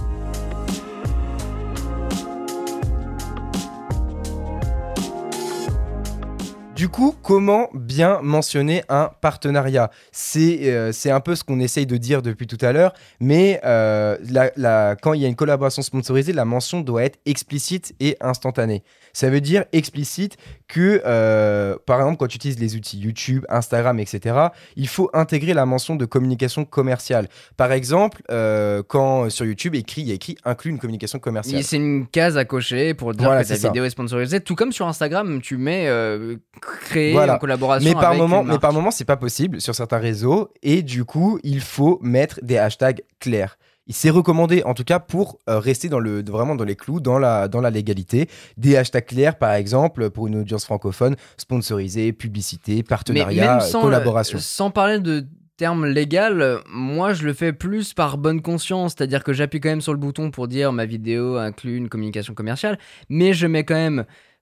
S2: Du coup, comment bien mentionner un partenariat? C'est un peu ce qu'on essaye de dire depuis tout à l'heure, mais quand il y a une collaboration sponsorisée, la mention doit être explicite et instantanée. Ça veut dire explicite que, par exemple, quand tu utilises les outils YouTube, Instagram, etc., il faut intégrer la mention de communication commerciale. Par exemple, quand sur YouTube, il y a écrit inclut une communication commerciale.
S1: C'est une case à cocher pour dire
S2: Voilà,
S1: que ta
S2: c'est ça.
S1: vidéo est sponsorisée. Tout comme sur Instagram, tu mets créer
S2: Voilà.
S1: en collaboration
S2: Mais par
S1: avec
S2: moment,
S1: une marque.
S2: c'est pas possible sur certains réseaux et du coup, il faut mettre des hashtags clairs. C'est recommandé, en tout cas, pour rester vraiment dans les clous, dans la légalité. Des hashtags clairs, par exemple, pour une audience francophone, sponsorisée, publicité,
S1: Mais
S2: partenariat,
S1: même
S2: collaboration.
S1: sans parler de termes légal, moi je le fais plus par bonne conscience, c'est-à-dire que j'appuie quand même sur le bouton pour dire ma vidéo inclut une communication commerciale, mais je mets quand même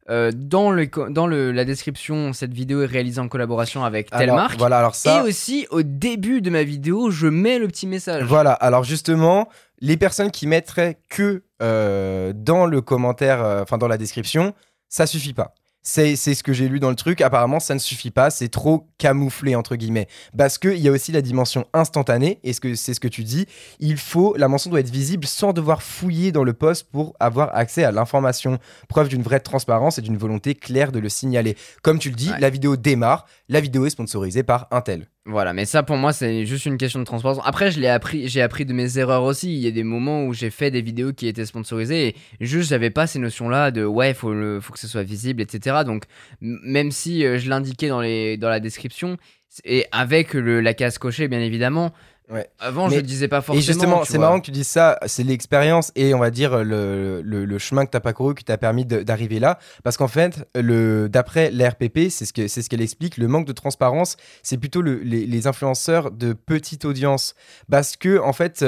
S1: la description, cette vidéo est réalisée en collaboration avec telle
S2: Alors,
S1: marque.
S2: voilà, alors ça,
S1: Et aussi, au début de ma vidéo, je mets le petit message.
S2: voilà, alors justement, les personnes qui mettraient que dans le commentaire, enfin dans la description, ça suffit pas. C'est ce que j'ai lu dans le truc. Apparemment, ça ne suffit pas. C'est trop camouflé, entre guillemets. Parce qu'il y a aussi la dimension instantanée. Et c'est ce que tu dis. La mention doit être visible sans devoir fouiller dans le post pour avoir accès à l'information. Preuve d'une vraie transparence et d'une volonté claire de le signaler. Comme tu le dis,
S1: Ouais.
S2: la vidéo démarre. La vidéo est sponsorisée par Intel.
S1: Voilà, mais ça pour moi c'est juste une question de transparence. Après j'ai appris de mes erreurs aussi. Il y a des moments où j'ai fait des vidéos qui étaient sponsorisées et juste j'avais pas ces notions-là de ouais faut que ce soit visible, etc. Donc même si je l'indiquais dans la description et avec la case cochée bien évidemment.
S2: Ouais.
S1: Avant
S2: Mais-
S1: je disais pas forcément.
S2: Et justement,
S1: tu
S2: c'est
S1: vois.
S2: marrant que tu dises ça, c'est l'expérience et on va dire le chemin que tu as parcouru qui t'a permis d'arriver là. Parce qu'en fait, d'après l'ARPP, c'est ce qu'elle explique, le manque de transparence, c'est plutôt les influenceurs de petite audience. Parce que, en fait,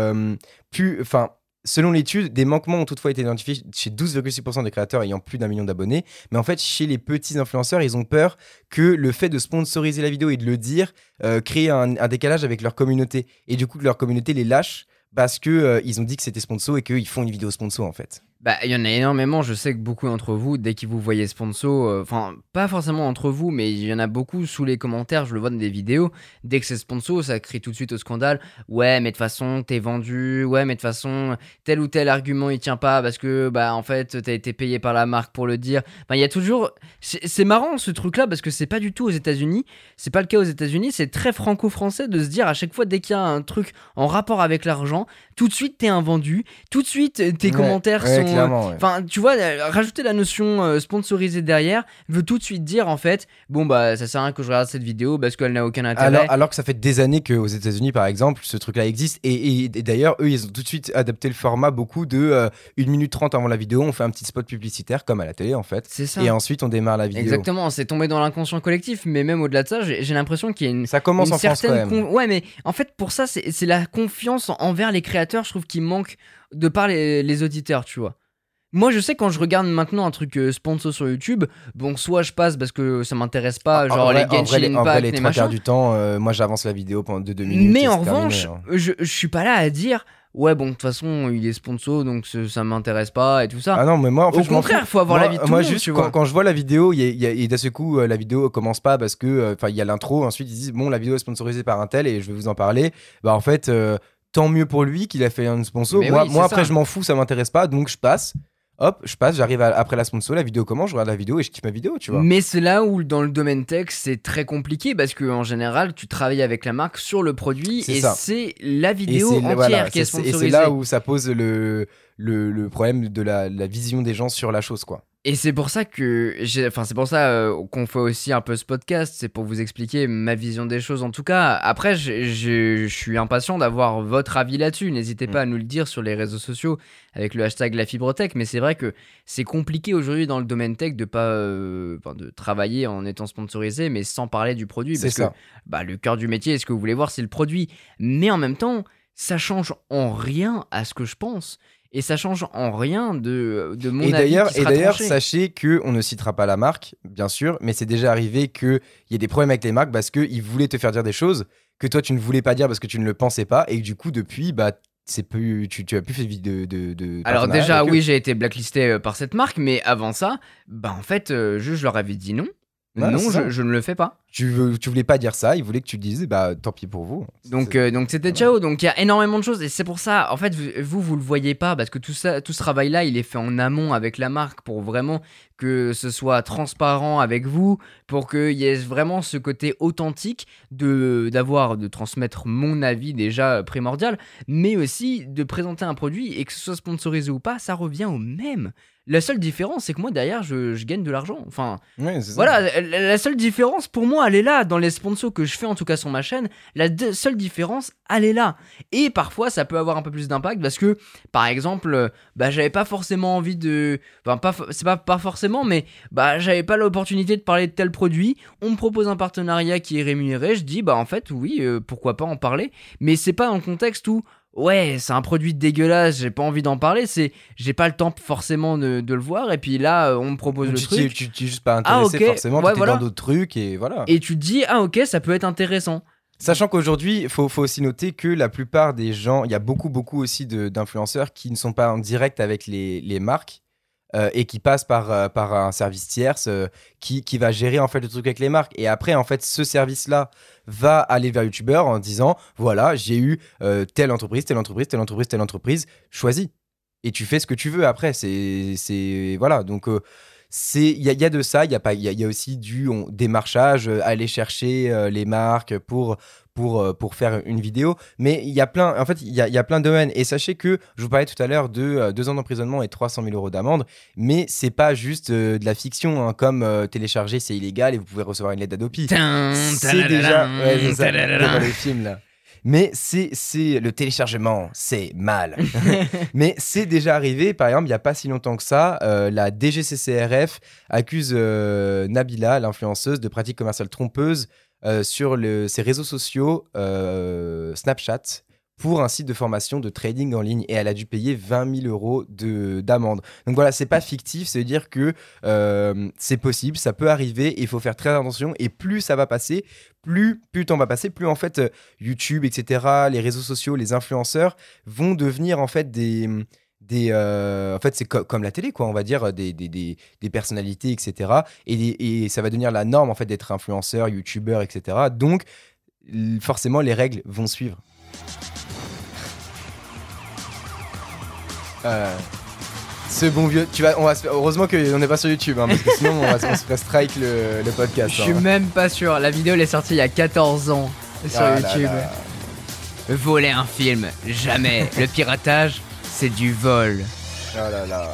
S2: selon l'étude, des manquements ont toutefois été identifiés chez 12,6% des créateurs ayant plus d'1 million d'abonnés. Mais en fait, chez les petits influenceurs, ils ont peur que le fait de sponsoriser la vidéo et de le dire crée un décalage avec leur communauté. Et du coup, que leur communauté les lâche parce que ils ont dit que c'était sponsor et qu'ils font une vidéo sponsor en fait.
S1: Bah, il y en a énormément. Je sais que beaucoup d'entre vous, dès qu'ils vous voyez sponsor, enfin, pas forcément entre vous, mais il y en a beaucoup sous les commentaires. Je le vois dans des vidéos. Dès que c'est sponsor, ça crie tout de suite au scandale. Ouais, mais de toute façon, t'es vendu. Ouais, mais de toute façon, tel ou tel argument, il tient pas parce que, bah, en fait, t'as été payé par la marque pour le dire. Enfin, il y a toujours. C'est marrant ce truc-là parce que c'est pas du tout aux États-Unis. C'est pas le cas aux États-Unis. C'est très franco-français de se dire à chaque fois, dès qu'il y a un truc en rapport avec l'argent, tout de suite, t'es un vendu. Tout de suite, tes commentaires sont.
S2: Clairement, ouais.
S1: Enfin, tu vois, rajouter la notion sponsorisée derrière veut tout de suite dire en fait, bon bah ça sert à rien que je regarde cette vidéo parce qu'elle n'a aucun intérêt.
S2: Alors que ça fait des années qu'aux États-Unis, par exemple, ce truc-là existe. Et d'ailleurs, eux, ils ont tout de suite adapté le format beaucoup de 1 minute 30 avant la vidéo. On fait un petit spot publicitaire, comme à la télé, en fait.
S1: C'est ça.
S2: Et ensuite, on démarre la vidéo.
S1: Exactement, c'est tombé dans l'inconscient collectif, mais même au-delà de ça, j'ai l'impression qu'il y a une.
S2: Ça commence
S1: une
S2: en France, quand
S1: certaine
S2: même.
S1: Ouais, mais en fait, pour ça, c'est la confiance envers les créateurs, je trouve qu'il manque de par les auditeurs, tu vois. Moi, je sais quand je regarde maintenant un truc sponsor sur YouTube, bon, soit je passe parce que ça m'intéresse pas, genre les Genshin
S2: en vrai,
S1: Impact,
S2: les
S1: les
S2: trois quarts
S1: machins.
S2: du temps, moi, j'avance la vidéo pendant 2 minutes.
S1: Mais
S2: et
S1: en
S2: c'est terminé,
S1: revanche,
S2: hein.
S1: je suis pas là à dire ouais, bon, de toute façon, il est sponsor, donc ça m'intéresse pas et tout ça.
S2: Ah non, mais moi, en fait,
S1: Au
S2: je m'en
S1: contraire,
S2: fous.
S1: faut avoir
S2: Moi-
S1: l'avis de tout
S2: moi,
S1: le monde,
S2: juste
S1: tu vois.
S2: quand je vois la vidéo, et d'un seul coup, la vidéo commence pas parce que, il y a l'intro, ensuite ils disent, bon, la vidéo est sponsorisée par un tel et je vais vous en parler. Bah, en fait, tant mieux pour lui qu'il a fait un sponsor.
S1: Mais
S2: Moi,
S1: oui,
S2: moi
S1: c'est
S2: après,
S1: ça.
S2: je m'en fous, ça m'intéresse pas, donc je passe. Hop, je passe, j'arrive après la sponsor, la vidéo commence, je regarde la vidéo et je kiffe ma vidéo, tu vois.
S1: Mais c'est là où, dans le domaine tech, c'est très compliqué parce qu'en général, tu travailles avec la marque sur le produit
S2: C'est
S1: et
S2: ça.
S1: c'est la
S2: Et
S1: vidéo
S2: c'est
S1: entière
S2: voilà,
S1: qui est
S2: et
S1: sponsorisée.
S2: c'est là où ça pose le problème de la vision des gens sur la chose, quoi.
S1: Et c'est pour ça que c'est pour ça qu'on fait aussi un peu ce podcast, c'est pour vous expliquer ma vision des choses en tout cas. Après, je suis impatient d'avoir votre avis là-dessus. N'hésitez pas à nous le dire sur les réseaux sociaux avec le hashtag La Fibrotech. Mais c'est vrai que c'est compliqué aujourd'hui dans le domaine tech de pas de travailler en étant sponsorisé, mais sans parler du produit,
S2: C'est
S1: parce
S2: ça.
S1: que le cœur du métier, ce que vous voulez voir, c'est le produit. Mais en même temps, ça change en rien à ce que je pense. Et ça change en rien de mon
S2: Et
S1: avis
S2: d'ailleurs,
S1: qui sera tranché.
S2: sachez qu'on ne citera pas la marque, bien sûr, mais c'est déjà arrivé qu'il y ait des problèmes avec les marques parce qu'ils voulaient te faire dire des choses que toi tu ne voulais pas dire parce que tu ne le pensais pas, et que du coup, depuis, c'est plus, tu as plus fait de
S1: Alors
S2: partenariat
S1: déjà,
S2: avec eux.
S1: oui, j'ai été blacklisté par cette marque, mais avant ça, en fait, je leur avais dit non.
S2: Ouais,
S1: non,
S2: c'est ça.
S1: je ne le fais pas.
S2: Tu voulais pas dire ça, ils voulaient que tu le dises, tant pis pour vous.
S1: Donc c'était
S2: voilà.
S1: ciao. Donc il y a énormément de choses et c'est pour ça. En fait, vous le voyez pas parce que tout ce travail-là, il est fait en amont avec la marque pour vraiment que ce soit transparent avec vous, pour qu'il y ait vraiment ce côté authentique de transmettre mon avis déjà primordial, mais aussi de présenter un produit et que ce soit sponsorisé ou pas, ça revient au même. La seule différence, c'est que moi derrière, je gagne de l'argent. Enfin,
S2: Ouais, c'est ça.
S1: voilà, la seule différence pour moi, elle est là, dans les sponsors que je fais en tout cas sur ma chaîne, seule différence, elle est là. Et parfois, ça peut avoir un peu plus d'impact parce que, par exemple, j'avais pas forcément envie de... c'est pas forcément, mais j'avais pas l'opportunité de parler de tel produit. On me propose un partenariat qui est rémunéré, je dis, en fait, oui, pourquoi pas en parler. Mais c'est pas dans le contexte où... ouais, c'est un produit dégueulasse, j'ai pas envie d'en parler, j'ai pas le temps forcément de le voir, et puis là, on me propose le truc.
S2: Tu t'es juste pas intéressé forcément,
S1: ouais,
S2: tu étais dans d'autres trucs et voilà.
S1: Et tu te dis, ah ok, ça peut être intéressant.
S2: Sachant qu'aujourd'hui, il faut aussi noter que la plupart des gens, il y a beaucoup aussi d'influenceurs qui ne sont pas en direct avec les marques et qui passent par un service tierce qui va gérer en fait le truc avec les marques. Et après, en fait, ce service-là va aller vers YouTuber en disant, voilà, j'ai eu telle entreprise, choisis. Et tu fais ce que tu veux après. Voilà, donc... il y a de ça, il y a aussi du démarchage, aller chercher les marques pour faire une vidéo. Mais il y a plein, en fait, il y a plein de domaines. Et sachez que je vous parlais tout à l'heure de 2 ans d'emprisonnement et 300 000 euros d'amende. Mais c'est pas juste de la fiction, hein, comme télécharger, c'est illégal et vous pouvez recevoir une lettre d'Adopi. C'est déjà. Ouais, c'est ça, dans les films là. Mais c'est le téléchargement, c'est mal. Mais c'est déjà arrivé, par exemple, il n'y a pas si longtemps que ça, la DGCCRF accuse Nabila, l'influenceuse, de pratiques commerciales trompeuses sur ses réseaux sociaux Snapchat pour un site de formation de trading en ligne, et elle a dû payer 20 000 euros d'amende. Donc voilà, c'est pas fictif, ça veut dire que c'est possible, ça peut arriver, et il faut faire très attention, et plus ça va passer, plus le temps va passer, plus en fait YouTube, etc., les réseaux sociaux, les influenceurs vont devenir en fait en fait c'est comme la télé, quoi, on va dire, des personnalités, etc., et ça va devenir la norme en fait d'être influenceur, youtubeur, etc., donc forcément les règles vont suivre. Ce bon vieux, heureusement qu'on n'est pas sur YouTube, hein, parce que sinon on se fait strike le podcast.
S1: Je suis même pas sûr, la vidéo elle est sortie il y a 14 ans sur YouTube. Voler un film, jamais. Le piratage, c'est du vol.
S2: Oh là là.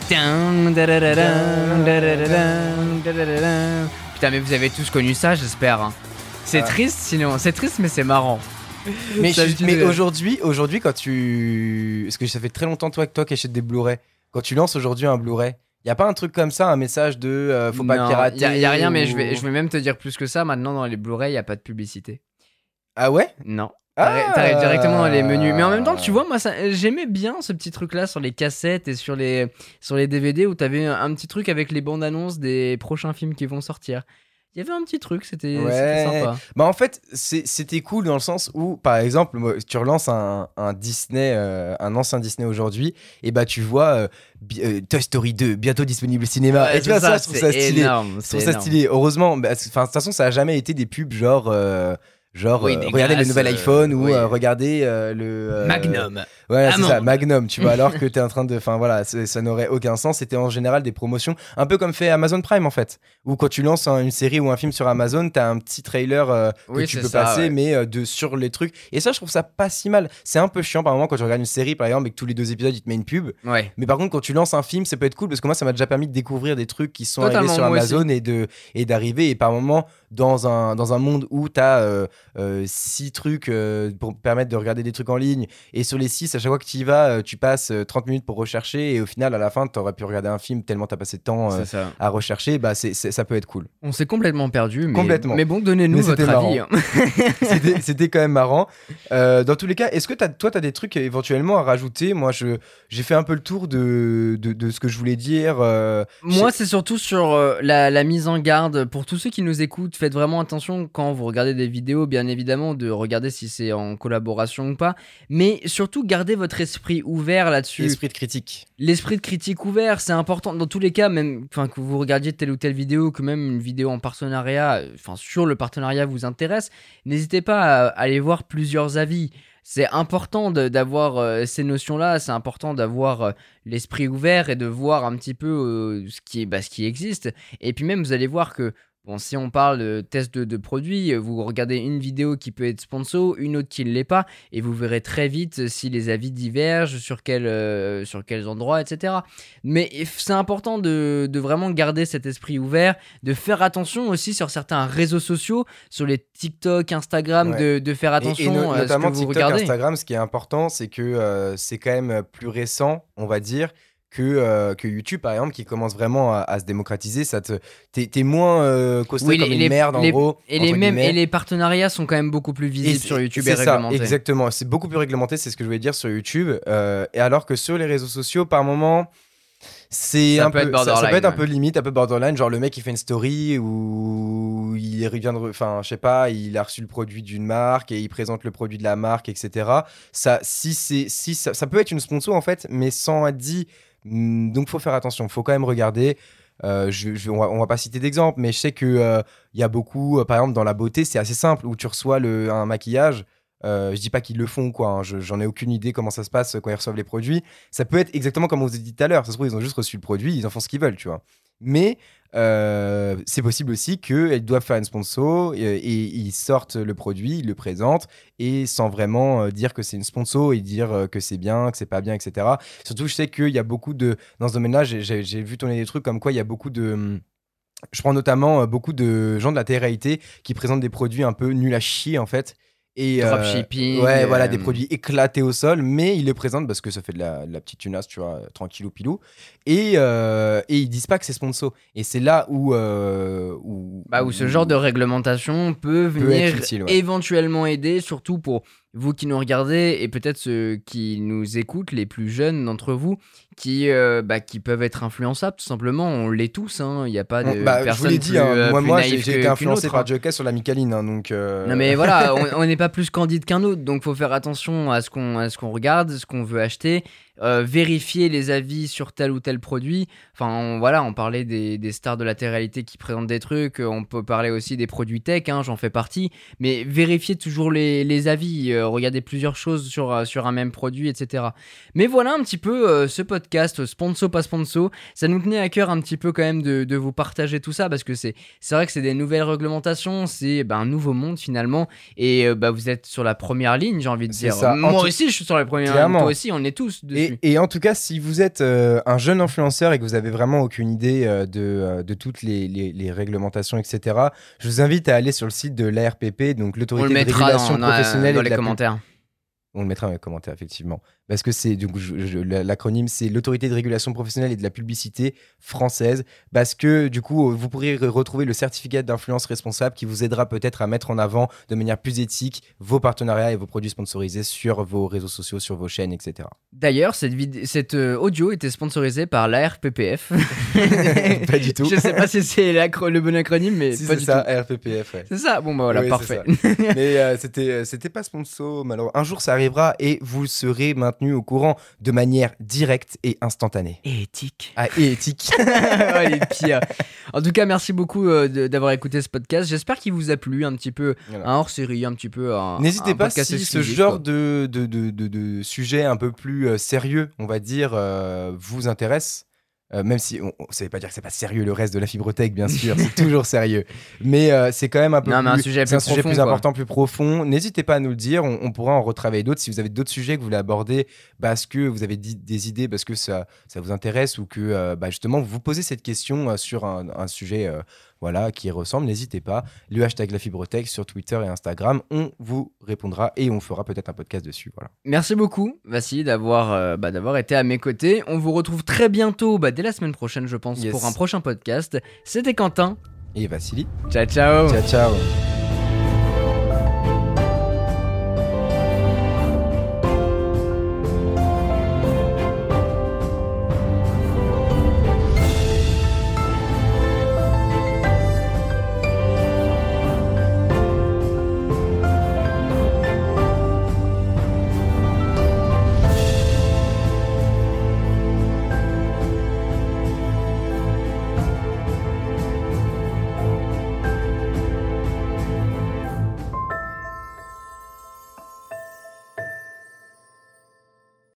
S1: Putain, mais vous avez tous connu ça, j'espère, hein. C'est triste sinon, c'est triste mais c'est marrant.
S2: Mais aujourd'hui, quand parce que ça fait très longtemps toi qui achètes des Blu-ray, quand tu lances aujourd'hui un Blu-ray, y a pas un truc comme ça, un message de faut pas pirater?
S1: Y a rien, mais je vais même te dire plus que ça. Maintenant dans les Blu-ray, y a pas de publicité.
S2: Ah ouais?
S1: Non. T'arrives directement dans les menus. Mais en même temps, tu vois, moi, j'aimais bien ce petit truc-là sur les cassettes et sur les DVD où t'avais un petit truc avec les bandes annonces des prochains films qui vont sortir. Il y avait un petit truc, c'était sympa.
S2: Bah en fait, c'était cool dans le sens où, par exemple, tu relances un Disney, un ancien Disney aujourd'hui, et bah tu vois Toy Story 2 bientôt disponible au cinéma.
S1: Ouais,
S2: et tu vois ça, je trouve ça stylé.
S1: Énorme,
S2: je trouve ça stylé. Heureusement, de toute façon, ça a jamais été des pubs genre. Regardez le nouvel iPhone ou regardez le
S1: Magnum.
S2: Voilà, c'est ça, Magnum, tu vois, alors que t'es en train de... Enfin voilà, ça n'aurait aucun sens. C'était en général des promotions, un peu comme fait Amazon Prime en fait, où quand tu lances une série ou un film sur Amazon, t'as un petit trailer que tu peux passer, mais sur les trucs. Et ça, je trouve ça pas si mal. C'est un peu chiant par moment quand tu regardes une série, par exemple, et que tous les 2 épisodes, il te met une pub.
S1: Ouais.
S2: Mais par contre, quand tu lances un film, ça peut être cool, parce que moi, ça m'a déjà permis de découvrir des trucs qui sont arrivés sur Amazon et d'arriver, et par moment, dans un monde où t'as 6 trucs pour permettre de regarder des trucs en ligne, et sur les 6, à chaque fois que tu y vas, tu passes 30 minutes pour rechercher, et au final, à la fin, tu aurais pu regarder un film tellement tu as passé de temps à rechercher. Bah, ça peut être cool.
S1: On s'est complètement perdu, mais,
S2: complètement.
S1: Mais bon, donnez-nous votre avis. Hein.
S2: C'était quand même marrant. Dans tous les cas, est-ce que toi, tu as des trucs éventuellement à rajouter? Moi, j'ai fait un peu le tour de ce que je voulais dire.
S1: Moi, c'est surtout sur la mise en garde. Pour tous ceux qui nous écoutent, faites vraiment attention quand vous regardez des vidéos, bien évidemment, de regarder si c'est en collaboration ou pas. Mais surtout, gardez votre esprit ouvert là-dessus.
S2: L'esprit de critique.
S1: L'esprit de critique ouvert, c'est important dans tous les cas, même que vous regardiez telle ou telle vidéo, que même une vidéo en partenariat, sur le partenariat vous intéresse, n'hésitez pas à aller voir plusieurs avis. C'est important d'avoir ces notions-là, c'est important d'avoir l'esprit ouvert et de voir un petit peu ce qui existe. Et puis même, vous allez voir que bon, si on parle de test de produits, vous regardez une vidéo qui peut être sponsor, une autre qui ne l'est pas, et vous verrez très vite si les avis divergent, sur quels endroits, etc. Mais c'est important de vraiment garder cet esprit ouvert, de faire attention aussi sur certains réseaux sociaux, sur les TikTok, Instagram, de faire attention
S2: et notamment
S1: à ce que vous
S2: TikTok,
S1: regardez.
S2: Instagram, ce qui est important, c'est que c'est quand même plus récent, on va dire, que YouTube par exemple qui commence vraiment à se démocratiser. T'es moins costé comme une merde en gros.
S1: Et les partenariats sont quand même beaucoup plus visibles sur YouTube et réglementés.
S2: Exactement, c'est beaucoup plus réglementé, c'est ce que je voulais dire sur YouTube. Et alors que sur les réseaux sociaux, par moment, ça peut être un peu limite, un peu borderline. Genre le mec il fait une story où il revient enfin je sais pas, il a reçu le produit d'une marque et il présente le produit de la marque, etc. Ça peut être une sponsor en fait, mais sans être dit. Donc faut faire attention, faut quand même regarder. On va pas citer d'exemple, mais je sais que il y a beaucoup, par exemple dans la beauté, c'est assez simple où tu reçois un maquillage. Je dis pas qu'ils le font, quoi. Hein. J'en ai aucune idée comment ça se passe quand ils reçoivent les produits. Ça peut être exactement comme on vous a dit tout à l'heure. Ça se trouve, ils ont juste reçu le produit, ils en font ce qu'ils veulent, tu vois. Mais c'est possible aussi qu'ils doivent faire une sponsor et ils sortent le produit, ils le présentent et sans vraiment dire que c'est une sponsor et dire que c'est bien, que c'est pas bien, etc. Surtout, je sais qu'il y a beaucoup de. Dans ce domaine-là, j'ai vu tourner des trucs comme quoi il y a beaucoup de. Je prends notamment beaucoup de gens de la télé-réalité qui présentent des produits un peu nuls à chier, en fait. Et
S1: dropshipping.
S2: Ouais, voilà, des produits éclatés au sol, mais ils les présentent parce que ça fait de la petite tunasse, tu vois, tranquillou pilou. Et ils disent pas que c'est sponsor. Et c'est là où
S1: ce genre de réglementation peut venir
S2: être utile, ouais.
S1: éventuellement aider, surtout pour vous qui nous regardez et peut-être ceux qui nous écoutent, les plus jeunes d'entre vous, qui peuvent être influençables, tout simplement. On l'est tous, hein. Il n'y a pas de personne
S2: je vous l'ai dit,
S1: plus,
S2: moi
S1: naïve
S2: j'ai été influencé
S1: qu'une
S2: par
S1: autre,
S2: Joker sur la Micaline, hein, donc...
S1: Non mais voilà, on n'est pas plus candide qu'un autre, donc faut faire attention à ce qu'on regarde, ce qu'on veut acheter, vérifier les avis sur tel ou tel produit. Enfin on parlait des stars de la télé-réalité qui présentent des trucs, on peut parler aussi des produits tech, hein, j'en fais partie, mais vérifiez toujours les avis, regardez plusieurs choses sur un même produit, etc. Mais voilà un petit peu ce podcast, sponsor pas sponsor, ça nous tenait à cœur un petit peu quand même de vous partager tout ça, parce que c'est vrai que c'est des nouvelles réglementations, c'est un nouveau monde finalement, et vous êtes sur la première ligne, j'ai envie de dire.
S2: Ça.
S1: Moi aussi je suis sur la première ligne, toi aussi, on est tous dessus.
S2: Et en tout cas, si vous êtes un jeune influenceur et que vous avez vraiment aucune idée de toutes les réglementations, etc., je vous invite à aller sur le site de l'ARPP, donc l'autorité de régulation professionnelle
S1: dans les commentaires.
S2: On le mettra dans les commentaires, effectivement. Parce que c'est, donc, l'acronyme, c'est l'autorité de régulation professionnelle et de la publicité française. Parce que, du coup, vous pourrez retrouver le certificat d'influence responsable qui vous aidera peut-être à mettre en avant de manière plus éthique vos partenariats et vos produits sponsorisés sur vos réseaux sociaux, sur vos chaînes, etc.
S1: D'ailleurs, cette audio était sponsorisée par l'ARPPF.
S2: Pas du tout.
S1: Je sais pas si c'est le bon acronyme, mais
S2: si,
S1: pas
S2: c'est
S1: du
S2: ça,
S1: tout.
S2: ARPPF, ouais.
S1: C'est ça, bon bah voilà,
S2: oui,
S1: parfait.
S2: Mais c'était pas sponsor, malheureusement. Un jour, ça arrivera et vous serez maintenu au courant de manière directe et instantanée.
S1: Et éthique.
S2: Ah, et éthique.
S1: Ouais, les pires. En tout cas, merci beaucoup d'avoir écouté ce podcast. J'espère qu'il vous a plu un petit peu, voilà. Un hors-série, un petit peu.
S2: N'hésitez pas si ce genre de sujet un peu plus sérieux, on va dire, vous intéresse. Même si ça veut pas dire que c'est pas sérieux le reste de la fibrotech, bien sûr, c'est toujours sérieux. Mais c'est quand même un sujet plus important, plus profond. N'hésitez pas à nous le dire, on pourra en retravailler d'autres. Si vous avez d'autres sujets que vous voulez aborder, parce que vous avez des idées, parce que ça vous intéresse, ou que justement vous vous posez cette question sur un sujet qui ressemble, n'hésitez pas. Le hashtag la fibrotech sur Twitter et Instagram, on vous répondra et on fera peut-être un podcast dessus. Voilà.
S1: Merci beaucoup, Vassili, d'avoir été à mes côtés. On vous retrouve très bientôt, dès la semaine prochaine, je pense, pour un prochain podcast. C'était Quentin.
S2: Et Vassili.
S1: Ciao, ciao.
S2: Ciao, ciao.